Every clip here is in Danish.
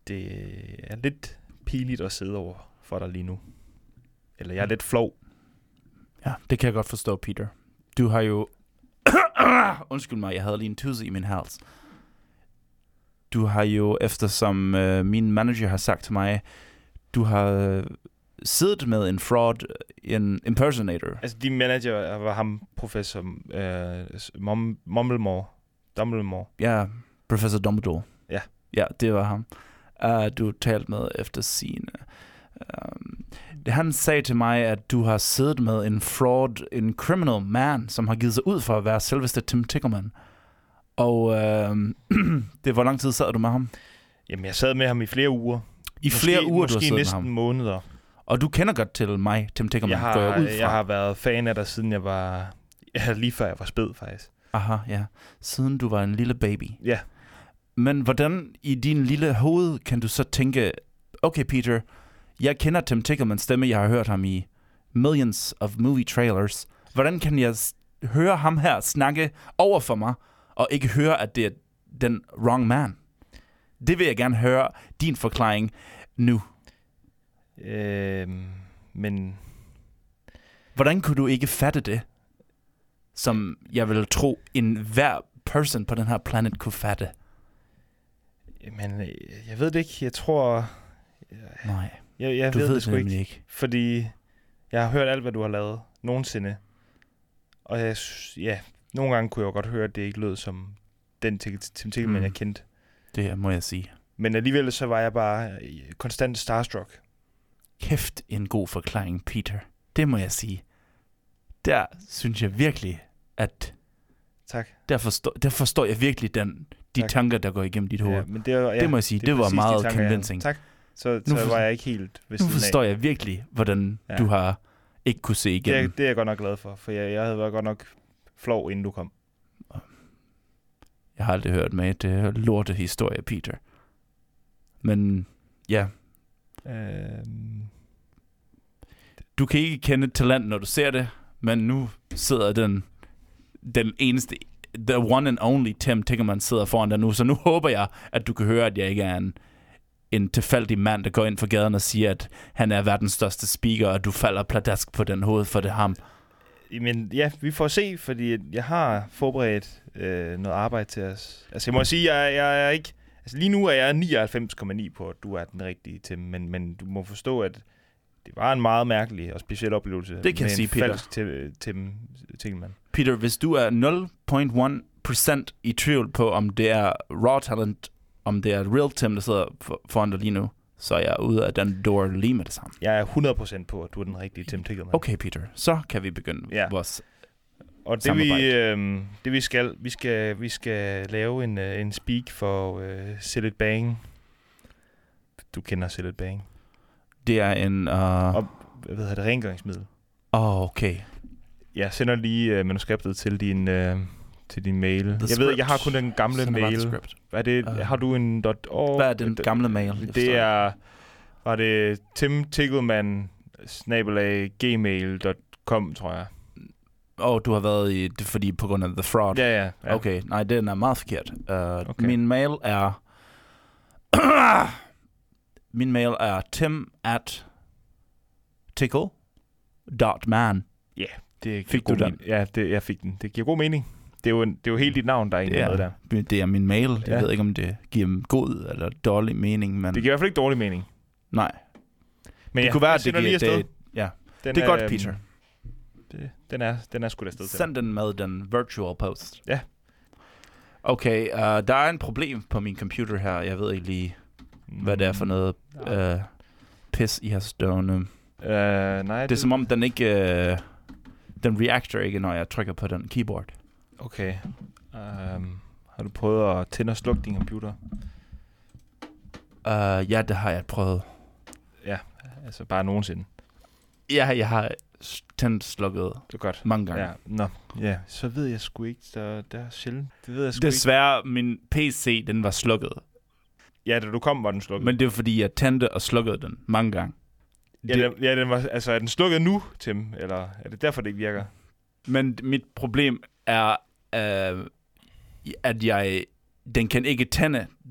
det er lidt pinligt at sidde over for dig lige nu. Eller jeg er lidt flov. Ja, det kan jeg godt forstå, Peter. Du har jo... Undskyld mig, jeg havde lige en tusse i min hals. Du har jo, eftersom min manager har sagt til mig, du har siddet med en fraud, en impersonator. Altså, din manager var ham, professor Dumbledore. Ja, professor Dumbledore. Ja. Ja, det var ham. Du talte med efter sine. Han sagde til mig, at du har siddet med en fraud, en criminal man, som har givet sig ud for at være selveste Tim Tickerman. Og hvor lang tid sad du med ham? Jamen, jeg sad med ham i flere uger. Flere uger, du har siddet med ham? Måske næsten måneder. Og du kender godt til mig, Tim Tickerman, går jeg ud fra. Jeg har været fan af dig, siden jeg var... Ja, lige før jeg var spæd, faktisk. Aha, ja. Siden du var en lille baby. Ja. Men hvordan i din lille hoved kan du så tænke, okay Peter, jeg kender Tim Tickermans stemme, jeg har hørt ham i millions of movie trailers. Hvordan kan jeg høre ham her snakke over for mig, og ikke høre, at det er den wrong man? Det vil jeg gerne høre din forklaring nu. Men... Hvordan kunne du ikke fatte det, som jeg vil tro, en hver person på den her planet kunne fatte? Men jeg ved det ikke. Jeg tror... Nej, jeg du ved det sgu ikke. Fordi jeg har hørt alt, hvad du har lavet nogensinde. Og nogle gange kunne jeg godt høre, at det ikke lød som den Tim Tickerman, jeg kendte. Det må jeg sige. Men alligevel så var jeg bare konstant starstruck. Kæft en god forklaring, Peter. Det må jeg sige. Der synes jeg virkelig, at... Tak. Der forstår jeg virkelig de tanker, der går igennem dit hoved. Ja, men det må jeg sige, det var meget convincing. Tak. Så var jeg ikke helt ved siden af. Nu forstår jeg virkelig, hvordan du har ikke kunne se igennem. Det er jeg godt nok glad for jeg havde været godt nok flov, inden du kom. Jeg har aldrig hørt med det lorte historie, Peter. Men ja. Du kan ikke kende talent, når du ser det, men nu sidder den eneste, the one and only Tim Tickerman sidder foran dig nu, så nu håber jeg, at du kan høre, at jeg ikke er en tilfældig mand, der går ind for gaden og siger, at han er verdens største speaker, og du falder pladask på den hoved for det ham. Men ja, vi får se, fordi jeg har forberedt noget arbejde til os. Altså jeg må sige, jeg er ikke... Altså lige nu er jeg 99,9 på, at du er den rigtige Tim, men du må forstå, at det var en meget mærkelig og speciel oplevelse. Det kan jeg sige, Peter. Falsk Tim Tickerman. Peter, hvis du er 0.1% i tvivl på, om det er raw talent, om det er real Tim, der sidder foran dig lige nu, så er jeg ude af den door lige med det samme. Jeg er 100% på, at du er den rigtige Tim Tickerman. Okay, Peter. Så kan vi begynde vores og det vi skal lave en speak for Sillet Bang. Du kender Sillet Bang. Det er en... rengøringsmiddel. Okay. Jeg sender lige manuskriptet til din mail. Jeg har kun den gamle mail. Hvad er det? Har du en hvad er den gamle mail? Var det timtickerman@gmail.com, tror jeg. Du har været i det, fordi på grund af the fraud. Ja. Okay, nej, den er meget forkert. Okay. Min mail er tim@tickle.man. Ja, det fik du den? Ja, jeg fik den. Det giver god mening. Det er jo helt dit navn, der er egentlig noget der. Det er min mail. Jeg ved ikke, om det giver god eller dårlig mening, men... Det giver i hvert fald ikke dårlig mening. Nej. Men det kunne være, at det giver... Det er godt, Peter. Den er sgu da afsted til. Send den med den virtual post. Ja. Okay, der er en problem på min computer her. Jeg ved ikke lige, hvad det er for noget pis, I har stående. Nej, det er som om, den ikke... den reactor ikke, når jeg trykker på den keyboard. Okay. Har du prøvet at tænde og slukke din computer? Ja, det har jeg prøvet. Ja, altså bare nogensinde. Ja, jeg har tændt slukket det er godt. Mange gange. Ja, så ved jeg sgu ikke, der er sjældent. Det ved jeg sgu desværre, min PC, den var slukket. Ja, da du kom, var den slukket. Men det var fordi, jeg tændte og slukkede den mange gange. Den var, altså er den slukket nu, Tim? Eller er det derfor, det ikke virker? Men mit problem er, at den kan ikke tænde.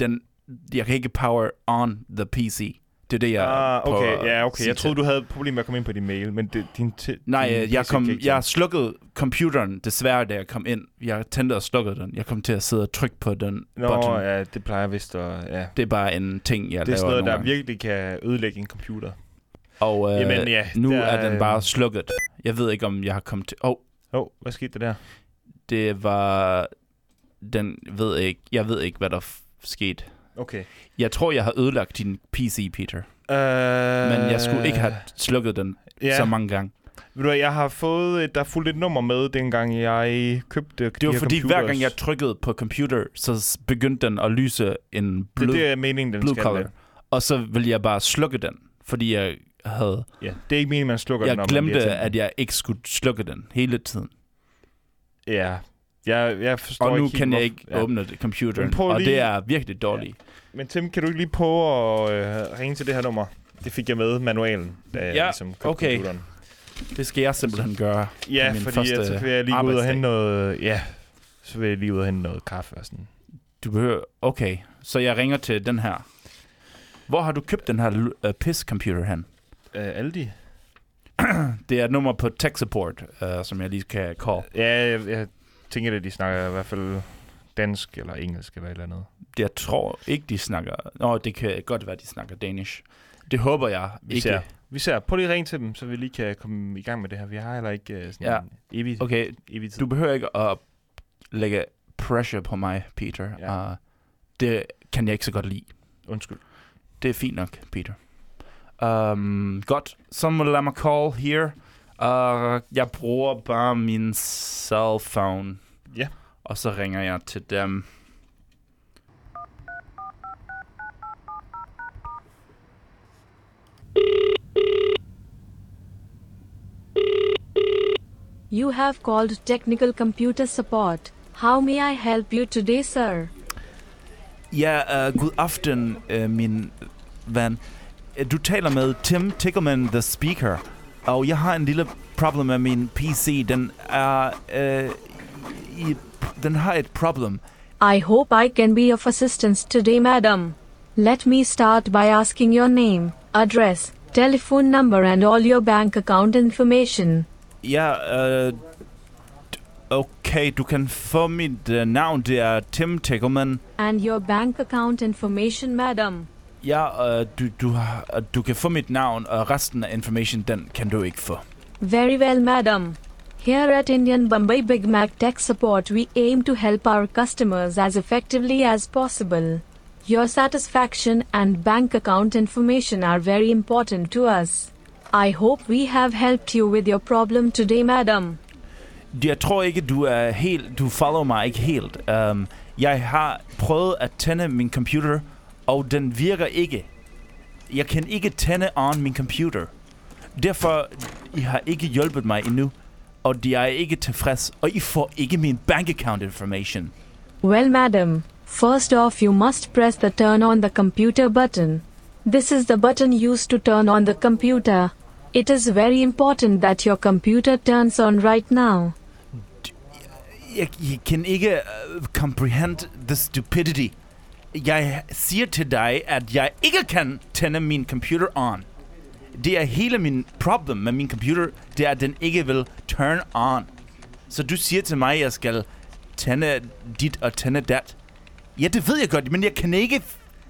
jeg kan ikke power on the PC. Det er det, jeg okay. Ja, okay. Jeg troede, du havde problemer med at komme ind på din mail, men jeg slukkede computeren desværre, da jeg kom ind. Jeg tændte og slukkede den. Jeg kom til at sidde og trykke på den button. Ja, det plejer vist at... Ja. Det er bare en ting, jeg laver. Det er sådan noget, der virkelig kan ødelægge en computer. Og nu er den bare slukket. Jeg ved ikke, om jeg har kommet til... hvad skete der? Det var... Jeg ved ikke, hvad der skete. Okay. Jeg tror, jeg har ødelagt din PC, Peter. Men jeg skulle ikke have slukket den så mange gange. Ved du hvad, jeg har fået... Der er fuldt et nummer med, dengang jeg købte det var fordi, hver gang jeg trykkede på computer, så begyndte den at lyse en blue, det er meningen, den skal color. Og så ville jeg bare slukke den, fordi jeg havde... Ja, det er ikke meningen, man slukker den. Jeg glemte, at jeg ikke skulle slukke den hele tiden. Ja, jeg forstår ikke. Og nu kan jeg ikke åbne computeren, og det er virkelig dårligt. Ja. Men Tim, kan du ikke lige prøve at ringe til det her nummer? Det fik jeg med manualen, da jeg ligesom købte computeren. Det skal jeg simpelthen gøre. Ja, fordi så vil jeg lige ud og hente noget... Ja, så vil jeg lige ud og hente noget kaffe og sådan. Du behøver... Okay, så jeg ringer til den her. Hvor har du købt den her PIS-computer hen? Aldi. Det er et nummer på tech support, som jeg lige kan call. Ja, jeg tænker, at de snakker i hvert fald dansk eller engelsk eller et eller andet. Jeg tror ikke, de snakker... det kan godt være, de snakker danish. Det håber jeg ikke. Vi ser. Prøv lige at ringe til dem, så vi lige kan komme i gang med det her. Vi har heller ikke sådan en evig tid. Du behøver ikke at lægge pressure på mig, Peter. Ja. Det kan jeg ikke så godt lide. Undskyld. Det er fint nok, Peter. Godt. Så må lad mig call here. Jeg bruger bare min cellphone. Ja. Og så ringer jeg til dem. You have called Technical Computer Support. How may I help you today, sir? Ja, god aften, min ven. Du taler med Tim Tickelman, the speaker. Og jeg har en lille problem med min PC. Den har et problem. I hope I can be of assistance today, madam. Let me start by asking your name, address, telephone number and all your bank account information. Ja, okay, du kan få mit navn. Det er Tim Tickelman. And your bank account information, madam. Ja, du kan få mit navn, og resten af information, den kan du ikke få. Very well, madam. Here at Indian Bombay Big Mac Tech Support, we aim to help our customers as effectively as possible. Your satisfaction and bank account information are very important to us. I hope we have helped you with your problem today, madam. Jeg tror ikke, du follow mig ikke helt. Jeg har prøvet at tænde min computer, og den virker ikke. Jeg kan ikke tænde on min computer. Derfor, I har ikke hjulpet mig endnu, og de er ikke tilfreds, og I får ikke min bank account information. Well, madam, first off you must press the turn on the computer button. This is the button used to turn on the computer. It is very important that your computer turns on right now. Jeg kan ikke comprehend the stupidity. Jeg siger til dig, at jeg ikke kan tænde min computer on. Det er hele min problem med min computer, det er, at den ikke vil turn on. Så du siger til mig, at jeg skal tænde dit og tænde dat. Ja, det ved jeg godt, men jeg kan ikke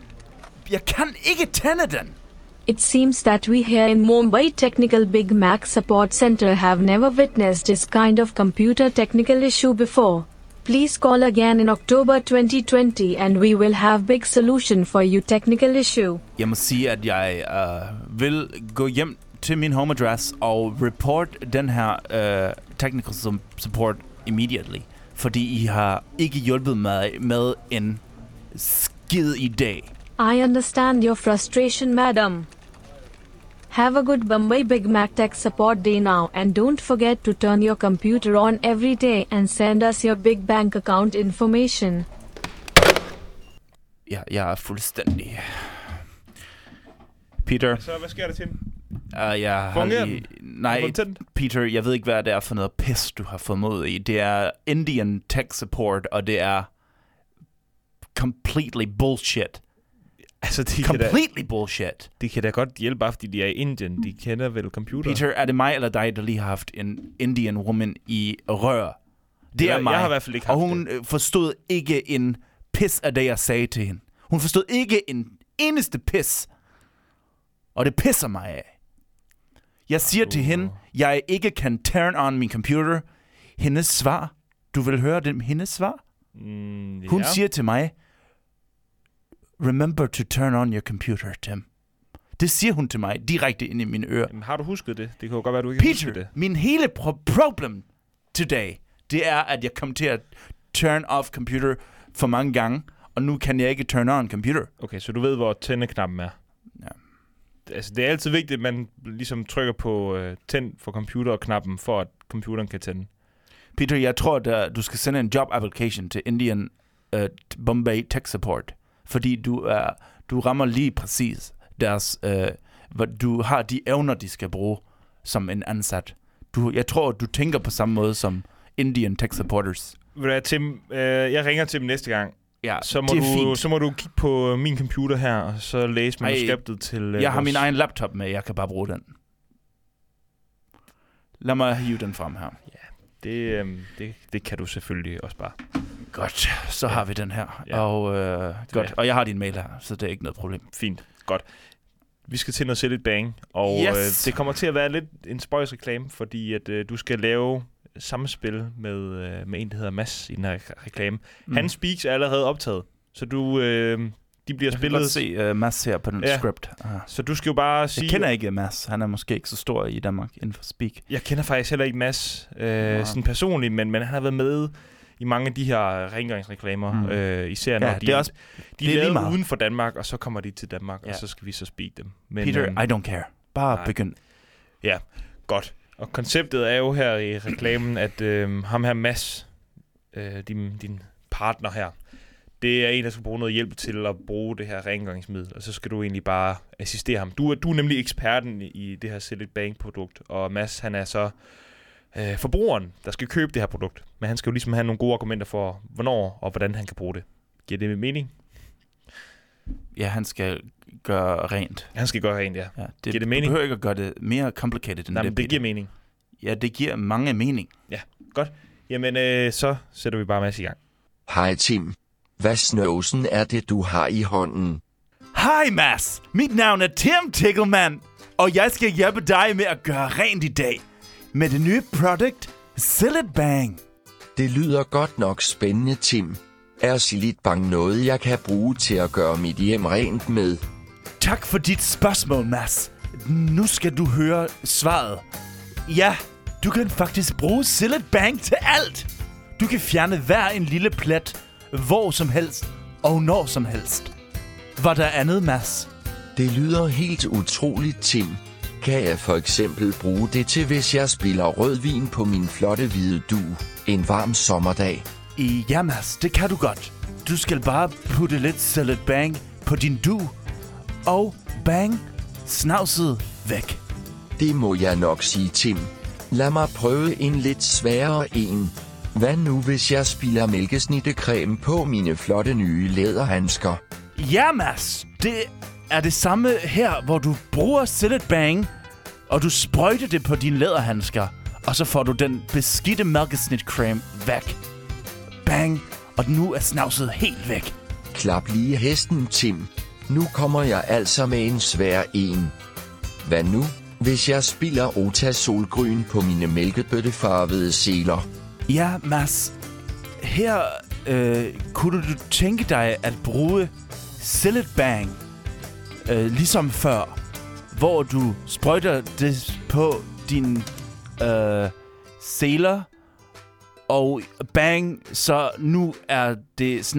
tænde den. It seems that we here in Mumbai Technical Big Mac Support Center have never witnessed this kind of computer technical issue before. Please call again in October 2020 and we will have big solution for your technical issue. Jeg må sige, at jeg vil gå hjem til min home address og report den her technical support immediately. Fordi I har ikke hjulpet mig med en skid i dag. I understand your frustration, madam. Have a good Bombay Big Mac Tech Support Day now and don't forget to turn your computer on every day and send us your big bank account information. Ja, jeg er fuldstændig... Peter? Så hvad sker der til? Nej, Peter, jeg ved ikke, hvad det er for noget pis, du har fået mod i. Det er Indian Tech Support, og det er completely bullshit. Altså, Completely bullshit. Det kan da godt hjælpe, bare fordi de er i Indien. De kender vel computer. Peter, er det mig eller dig, der lige har haft en Indian woman i rør? Det er mig. Jeg har i hvert fald ikke haft og hun forstod ikke en pis af det, jeg sagde til hende. Hun forstod ikke en eneste pis. Og det pisser mig af. Jeg siger til hende, jeg ikke kan turn on min computer. Hendes svar. Du vil høre det, hendes svar? Hun siger til mig, remember to turn on your computer, Tim. Det siger hun til mig direkte ind i mine ører. Jamen, har du husket det? Det kan jo godt være, du ikke har husket det. Peter, min hele problem today, det er, at jeg kom til at turn off computer for mange gange, og nu kan jeg ikke turn on computer. Okay, så du ved, hvor tændeknappen er. Ja. Altså, det er altid vigtigt, at man ligesom trykker på tænd for computerknappen, for at computeren kan tænde. Peter, jeg tror, at du skal sende en job application til Indian Bombay Tech Support, fordi du rammer lige præcis deres, du har de evner, de skal bruge som en ansat. Jeg tror, du tænker på samme måde som Indian Tech Supporters. Tim, jeg ringer til dem næste gang. Ja, så må du kigge på min computer her, og så læse manuskriptet til... jeg har min egen laptop med, jeg kan bare bruge den. Lad mig hive den frem her. Ja, det kan du selvfølgelig også bare. Godt, så har vi den her. Ja. Godt. Og jeg har din mail her, så det er ikke noget problem. Fint, godt. Vi skal til noget Sell It Bang, og det kommer til at være lidt en spøjs reklame, fordi at du skal lave samspil med en, der hedder Mads i den her reklame. Hans speaks er allerede optaget, så de bliver spillet... Jeg kan godt se Mads her på den script. Så du skal jo bare sige... Jeg kender ikke Mads. Han er måske ikke så stor i Danmark inden for speak. Jeg kender faktisk heller ikke Mads sådan personligt, men han har været med i mange af de her rengøringsreklamer, især når de er lavet uden for Danmark, og så kommer de til Danmark, og så skal vi så speak dem. Men, Peter, I don't care. Bare begynd. Ja, godt. Og konceptet er jo her i reklamen, at ham her Mads, din partner her, det er en, der skal bruge noget hjælp til at bruge det her rengøringsmiddel, og så skal du egentlig bare assistere ham. Du er nemlig eksperten i det her Sell It Bang-produkt, og Mads, han er så forbrugeren, der skal købe det her produkt. Men han skal jo ligesom have nogle gode argumenter for, hvornår og hvordan han kan bruge det. Giver det mening? Ja, han skal gøre rent. Han skal gøre rent, ja. Giver det mening? Du behøver ikke at gøre det mere complicated end det giver mening. Ja, det giver mange mening. Ja, godt. Jamen, så sætter vi bare Mads i gang. Hej Tim. Hvad snøvsen er det, du har i hånden? Hej Mads. Mit navn er Tim Tickleman, og jeg skal hjælpe dig med at gøre rent i dag. Med det nye produkt, Sell It Bang. Det lyder godt nok spændende, Tim. Er Sell It Bang noget, jeg kan bruge til at gøre mit hjem rent med? Tak for dit spørgsmål, Mads. Nu skal du høre svaret. Ja, du kan faktisk bruge Sell It Bang til alt. Du kan fjerne hver en lille plet, hvor som helst og når som helst. Var der andet, Mads? Det lyder helt utroligt, Tim. Kan jeg for eksempel bruge det til, hvis jeg spiller rødvin på min flotte hvide dug en varm sommerdag? Ja, Mads, det kan du godt. Du skal bare putte lidt Sell It Bang på din dug, og bang, snavset væk. Det må jeg nok sige, Tim. Lad mig prøve en lidt sværere en. Hvad nu, hvis jeg spiller mælkesnittekreme på mine flotte nye læderhandsker? Ja, Mads, det er det samme her, hvor du bruger Sell It Bang, og du sprøjter det på dine læderhandsker, og så får du den beskidte mælkesnitcreme væk. Bang, og nu er snavset helt væk. Klap lige hesten, Tim. Nu kommer jeg altså med en svær en. Hvad nu, hvis jeg spiller Ota solgryn på mine mælkebøttefarvede seler? Ja, Mads. Her kunne du tænke dig at bruge Sell It Bang, ligesom før, hvor du sprøjter det på dine seler, og bang, så nu er det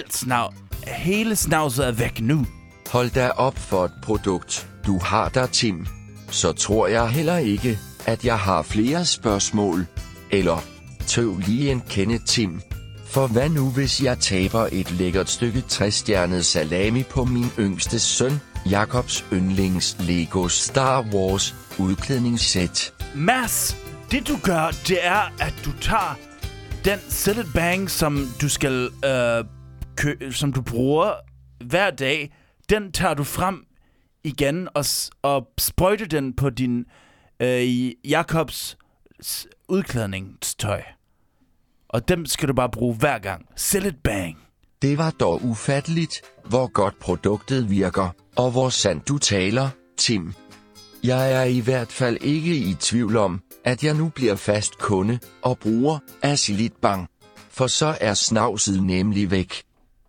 hele snavset er væk nu. Hold da op for et produkt, du har der, Tim. Så tror jeg heller ikke, at jeg har flere spørgsmål. Eller tøv lige en kende, Tim. For hvad nu, hvis jeg taber et lækkert stykke 3-stjernet salami på min yngste søn, Jakobs yndlings Lego Star Wars udklædningssæt? Mads, det du gør, det er, at du tager den Sell It Bang, som du skal som du bruger hver dag Den tager du frem igen og sprøjter den på din Jakobs udklædningstøj. Og dem skal du bare bruge hver gang. Sell it bang. Det var dog ufatteligt, hvor godt produktet virker, og hvor sandt du taler, Tim. Jeg er i hvert fald ikke i tvivl om, at jeg nu bliver fast kunde og bruger af Silitbang. For så er snavset nemlig væk.